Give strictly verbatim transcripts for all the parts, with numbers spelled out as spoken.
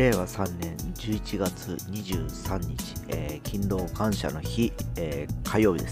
れいわさんねんじゅういちがつにじゅうさんにち、えー、勤労感謝の日、えー、火曜日です。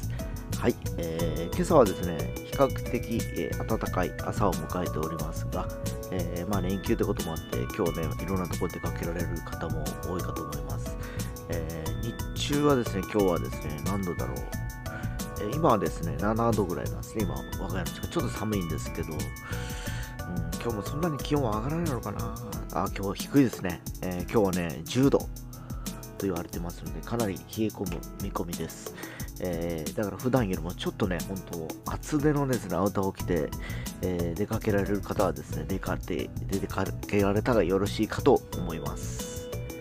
はい、えー、今朝はですね、比較的、えー、暖かい朝を迎えておりますが、えー、まあ連休ということもあって、今日ね、いろんなところ出かけられる方も多いかと思います。えー、日中はですね、今日はですね、何度だろう。えー、今はですね、ななどぐらいなんですね、今、我が家の近く、ちょっと寒いんですけど、うん、今日もそんなに気温は上がらないのかなあ。今日低いですね、えー、今日はねじゅうどと言われてますので、かなり冷え込む見込みです。えー、だから普段よりもちょっとね、本当厚手のですね、アウターを着て、えー、出かけられる方はですね、出かけ出かけられたらよろしいかと思います。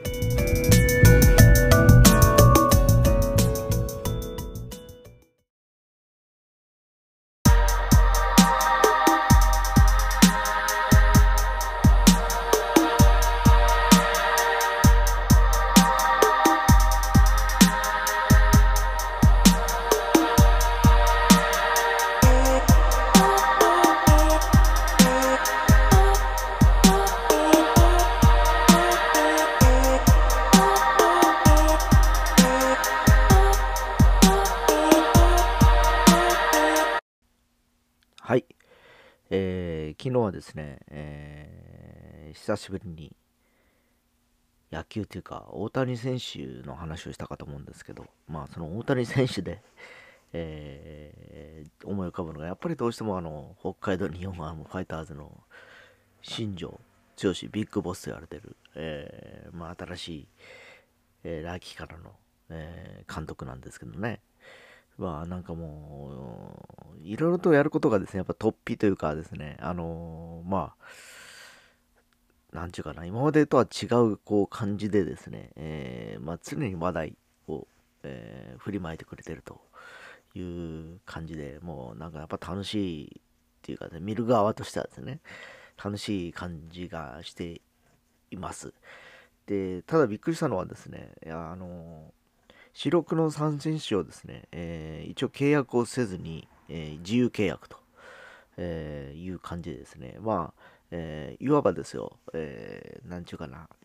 はい、えー、昨日はですね、えー、久しぶりに野球というか大谷選手の話をしたかと思うんですけど、まあその大谷選手で、えー、思い浮かぶのがやっぱりどうしてもあの北海道日本ハムファイターズの新庄剛志ビッグボスと言われてる、えーまあ、新しい、えー来季からの、えー監督なんですけどね。まあなんかもういろいろとやることがですね、やっぱ突飛というかですね、あのーまあなんちゅうかな、今までとは違うこう感じでですね、えーまあ、常に話題を、えー振りまいてくれてるという感じで、もうなんかやっぱ楽しいっていうかね、見る側としてはですね、楽しい感じがしています。で、ただびっくりしたのはですね、いや、あの主力のさん選手をですね、えー一応契約をせずに、えー自由契約と、えーいう感じでですね、まあ、えーいわばですよ、えーなんちゅうかな、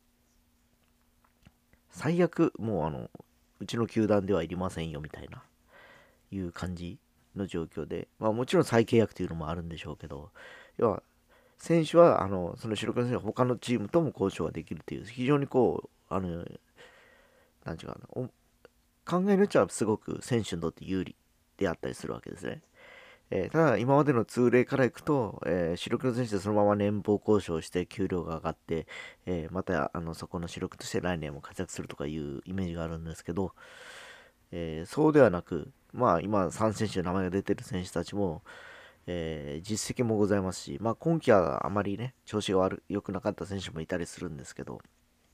最悪、もうあの、うちの球団ではいりませんよみたいな、いう感じの状況で、まあもちろん再契約というのもあるんでしょうけど、要は、選手は、あの、その主力の選手は他のチームとも交渉ができるという、非常にこう、あの、なんちゅうかな、お考えによっちゃすごく選手にとって有利であったりするわけですね。えーただ、今までの通例からいくと、えー主力の選手でそのまま年俸交渉して給料が上がって、えーまたあのそこの主力として来年も活躍するとかいうイメージがあるんですけど、えーそうではなく、まあ今さん選手で名前が出てる選手たちも、えー実績もございますし、まあ今季はあまりね、調子が悪良くなかった選手もいたりするんですけど、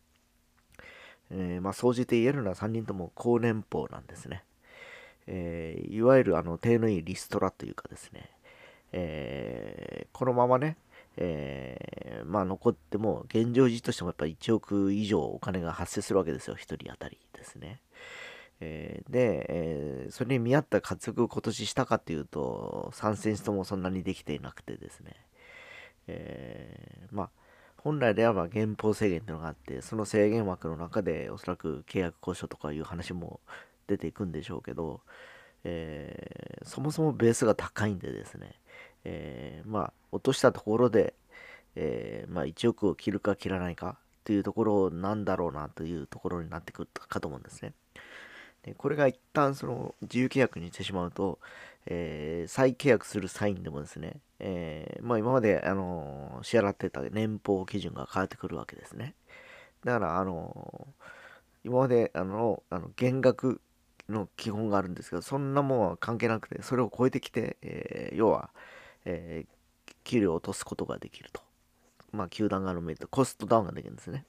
えーまあ総じて言えるのはさんにんとも高年俸なんですね。えーいわゆるあの手のいいリストラというかですね、えーこのままね、えーまあ残っても現状維持としてもやっぱりいちおく以上お金が発生するわけですよ、ひとり当たりですね。えーで、えーそれに見合った活躍を今年したかっていうと、さん選手ともそんなにできていなくてですね、えーまあ本来であれば減俸制限っていうのがあって、その制限枠の中でおそらく契約交渉とかいう話も出ていくんでしょうけど、えーそもそもベースが高いんでですね、えーまあ落としたところで、えーまあ、いちおくを切るか切らないかというところなんだろうなというところになってくるかと思うんですね。でこれが一旦その自由契約にしてしまうと、えー再契約するサインでもですね、えーまあ、今まで、あのー支払ってた年俸基準が変わってくるわけですね。だから、あのー今まであのあの減額の基本があるんですけど、そんなもんは関係なくて、それを超えてきて、えー要は、えー給料を落とすことができると。まあ、球団側のメリット、コストダウンができるんですね。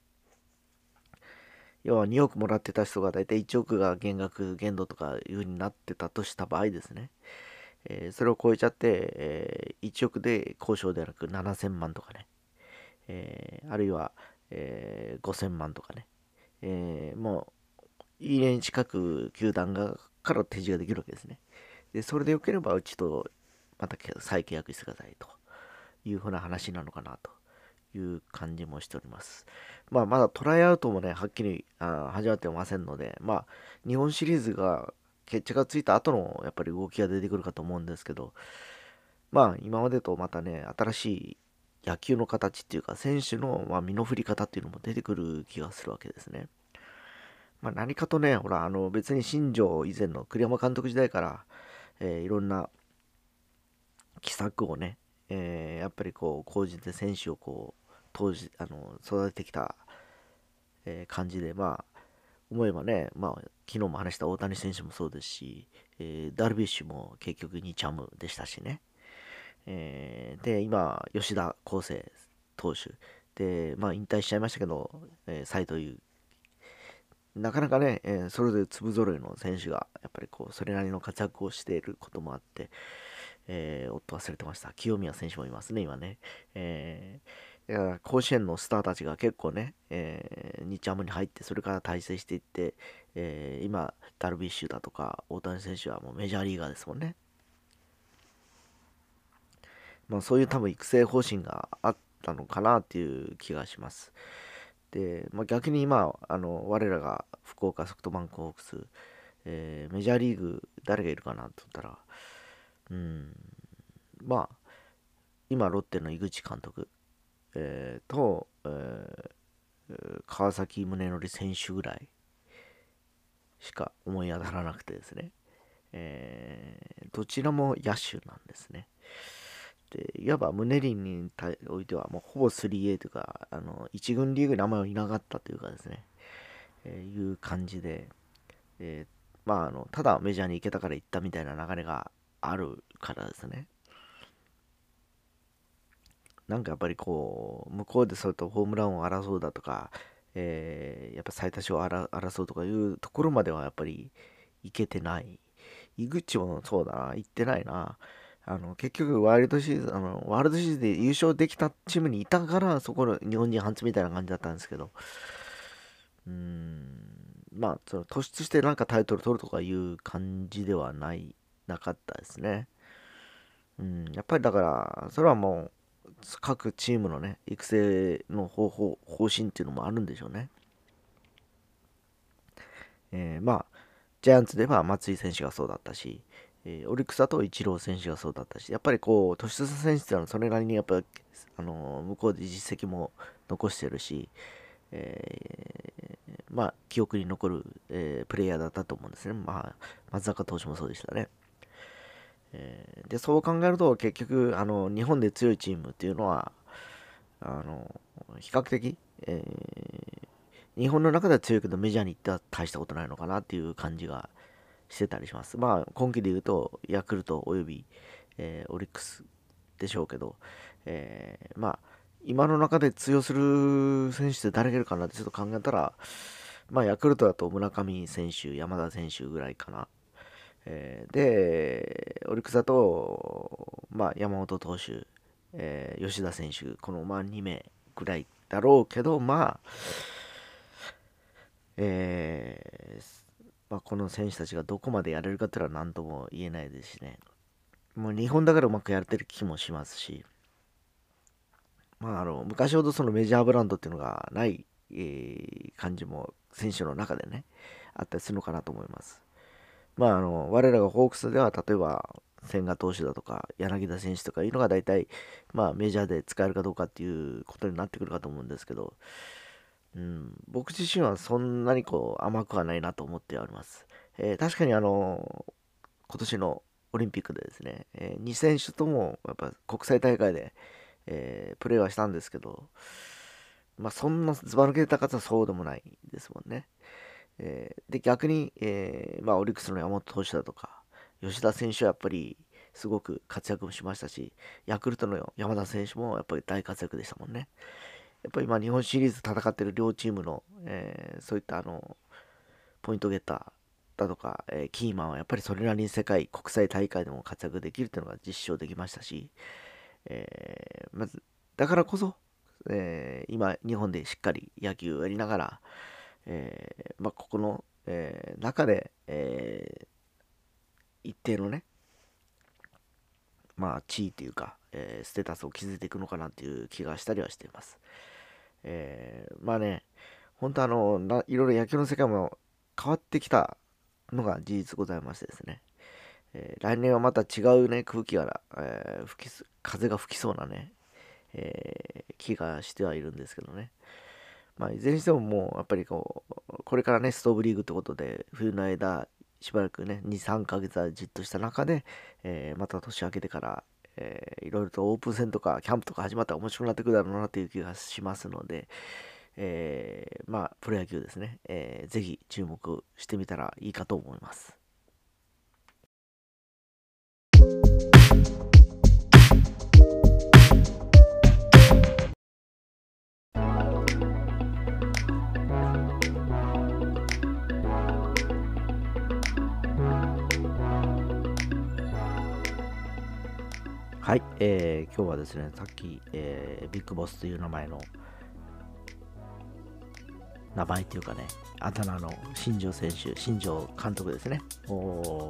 要はにおくもらってた人が大体いちおくが減額限度とかいう風になってたとした場合ですね、えーそれを超えちゃって、えーいちおくで交渉ではなくななせんまんとかね、えーあるいは、えーごせんまんとかね、えーもういいね近く球団がから提示ができるわけですね。でそれでよければうちとまた再契約してくださいというふうな話なのかなという感じもしております。まあ、まだトライアウトもね、はっきりあ始まってませんので、まあ、日本シリーズが決着がついた後のやっぱり動きが出てくるかと思うんですけど、まあ、今までとまたね、新しい野球の形っていうか、選手のまあ身の振り方っていうのも出てくる気がするわけですね。まあ、何かとね、ほら、あの別に新庄以前の栗山監督時代から、えーいろんな奇策をね、えーやっぱりこう講じて選手をこう当時あの育ててきた、えー感じで、まあ思えばね、まあ昨日も話した大谷選手もそうですし、えーダルビッシュも結局にチャムでしたしね、えーで今吉田康生投手で、まあ引退しちゃいましたけど、えー、斎藤佑なかなかね、えーそれぞれ粒揃いの選手がやっぱりこうそれなりの活躍をしていることもあって、えー、おっと忘れてました。清宮選手もいますね、今ね。えー、だから甲子園のスターたちが結構ね、えー、日ハムに入って、それから大成していって、えー、今、ダルビッシュだとか、大谷選手はもうメジャーリーガーですもんね。まあ、そういう多分育成方針があったのかなっていう気がします。で、まあ、逆に今、あの我らが福岡ソフトバンクホークス、えーメジャーリーグ誰がいるかなと思ったら、うん、まあ、今、ロッテの井口監督、えーと、えー川崎宗則選手ぐらいしか思い当たらなくてですね、えーどちらも野手なんですね。で、いわば宗林においてはもうほぼ スリーエー というか、あの一軍リーグに名前をいなかったというかですね、えーいう感じで、えーまあ、あのただメジャーに行けたから行ったみたいな流れがあるからですね。なんかやっぱりこう、向こうでそれとホームランを争うだとか、えーやっぱ最多勝を争うとかいうところまではやっぱりいけてない。井口もそうだな、行ってないな。あの、結局ワイルドシーズン、あの、ワールドシリーズで優勝できたチームにいたから、そこの日本人初みたいな感じだったんですけど、うーん、まあ、その突出してなんかタイトル取るとかいう感じではない、なかったですね。うん、やっぱりだから、それはもう、各チームのね、育成の方法、方針っていうのもあるんでしょうね。えーまあ、ジャイアンツでは松井選手がそうだったし、えーオリックスだとイチロー選手がそうだったし、やっぱりこう、突出選手っていうのはそれなりにやっぱり、あのー向こうで実績も残してるし、えーまあ、記憶に残る、えープレイヤーだったと思うんですね。まあ、松坂投手もそうでしたね。えーで、そう考えると、結局、あの、日本で強いチームっていうのは、あの、比較的、えー日本の中では強いけどメジャーに行っては大したことないのかなっていう感じがしてたりします。まあ、今季で言うと、ヤクルトおよび、えーオリックスでしょうけど、えーまあ、今の中で通用する選手って誰がいるかなってちょっと考えたら、まあ、ヤクルトだと村上選手、山田選手ぐらいかな。えーで、オリックスだと、まあ、山本投手、えー吉田選手、このまあに名ぐらいだろうけど、まあ、えーまあ、この選手たちがどこまでやれるかっていうのは何とも言えないですしね。もう日本だからうまくやれてる気もしますし、まあ、あの昔ほどそのメジャーブランドっていうのがない、えー感じも選手の中でね、あったりするのかなと思います。まあ、あの我らがホークスでは例えば千賀投手だとか柳田選手とかいうのが大体、まあ、メジャーで使えるかどうかっていうことになってくるかと思うんですけど、うん、僕自身はそんなにこう甘くはないなと思っております。えー確かにあの今年のオリンピックでですね、えーに選手ともやっぱ国際大会で、えープレーはしたんですけど、まあ、そんなずば抜けた方はそうでもないですもんね。えーで、逆に、えーまあ、オリックスの山本投手だとか、吉田選手はやっぱりすごく活躍もしましたし、ヤクルトの山田選手もやっぱり大活躍でしたもんね。やっぱり今日本シリーズ戦ってる両チームの、えーそういったあのポイントゲッターだとか、えーキーマンはやっぱりそれなりに世界国際大会でも活躍できるっていうのが実証できましたし、えーまずだからこそ、えー今日本でしっかり野球をやりながら、えーまあ、ここの、えー中で、えー一定のね、まあ、地位というか、 えーステータスを築いていくのかなっていう気がしたりはしています。えーまあね、本当あのないろいろ野球の世界も変わってきたのが事実ございましてですね、えー来年はまた違うね空気が、えー吹きす風が吹きそうなね、えー気がしてはいるんですけどね。まあ、いずれにしてももうやっぱりこうこれからねストーブリーグってことで冬の間しばらくねにさんかげつはじっとした中で、えーまた年明けてから、えーいろいろとオープン戦とかキャンプとか始まったら面白くなってくるだろうなという気がしますので、えーまあプロ野球ですね、えーぜひ注目してみたらいいかと思います。はい、えー今日はですねさっき、えービッグボスという名前の名前っていうかね、あだ名の新庄選手、新庄監督ですね。お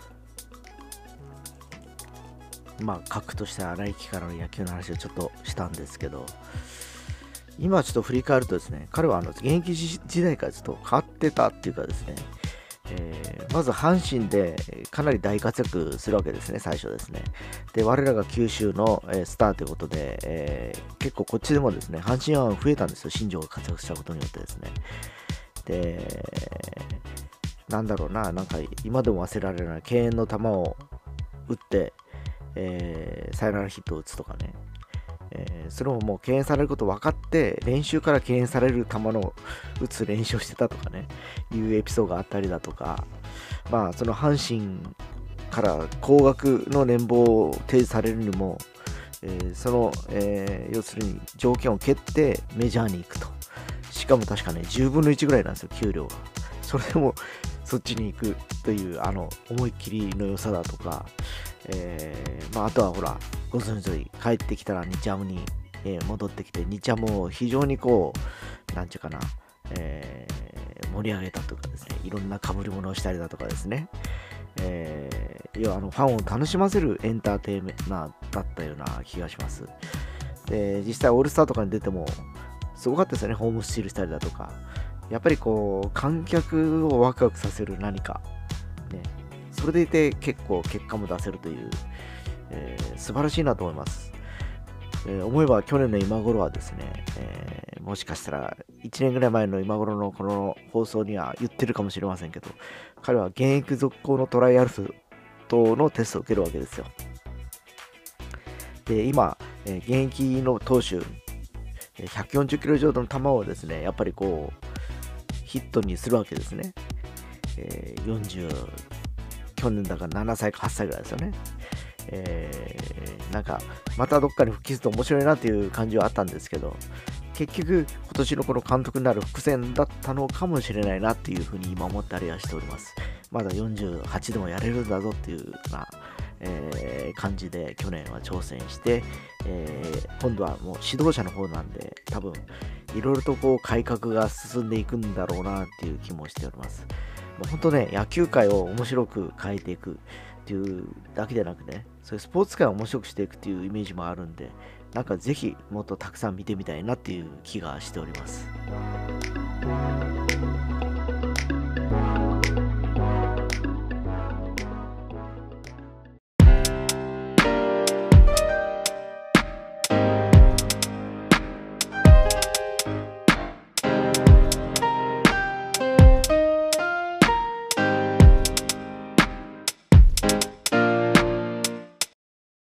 まあ、核として荒い期からの野球の話をちょっとしたんですけど、今ちょっと振り返るとですね、彼はあの現役時代からちょっと変わってたっていうかですね、えーまず阪神でかなり大活躍するわけですね、最初ですね。で、我らが九州の、えースターということで、えー結構こっちでもですね、阪神ファン増えたんですよ、新庄が活躍したことによってですね。で、なんだろうな、なんか今でも忘れられない敬遠の球を打って、えーサヨナラヒットを打つとかね、えーそれももう敬遠されること分かって練習から敬遠される球の打つ練習をしてたとかねいうエピソードがあったりだとか、まあその阪神から高額の年俸を提示されるにも、えーその、えー要するに条件を蹴ってメジャーに行くと。しかも確かねじゅうぶんのいちぐらいなんですよ、給料が。それでもそっちに行くというあの思いっきりの良さだとか、えーまあ、あとはほらご存知通り帰ってきたら日ハムに、えー戻ってきて日ハムを非常にこうなんちゅうかな、えー盛り上げたとかですね、いろんな被り物をしたりだとかですね、えー要はあのファンを楽しませるエンターテイメントだったような気がします。で実際オールスターとかに出てもすごかったですよね、ホームスチールしたりだとか。やっぱりこう観客をワクワクさせる何か、ね、それでいて結構結果も出せるという、えー素晴らしいなと思います。えー思えば去年の今頃はですね、えーもしかしたらいちねんぐらい前の今頃のこの放送には言ってるかもしれませんけど、彼は現役続行のトライアルフトのテストを受けるわけですよ。で今、えー現役の投手ひゃくよんじゅっキロ以上の球をですねやっぱりこうヒットにするわけですね。えー、よんじゅう、去年だからななさいかはっさいぐらいですよね。えー、なんか、またどっかに復帰すると面白いなっていう感じはあったんですけど、結局、今年のこの監督になる伏線だったのかもしれないなっていうふうに今思ったりはしております。まだよんじゅうはちでもやれるんだぞっていうような、えー感じで去年は挑戦して、えー今度はもう指導者の方なんで、多分いろいろとこう改革が進んでいくんだろうなっていう気もしております。もう本当ね、野球界を面白く変えていくっていうだけでなくね、そういうスポーツ界を面白くしていくっていうイメージもあるんで、なんかぜひもっとたくさん見てみたいなっていう気がしております。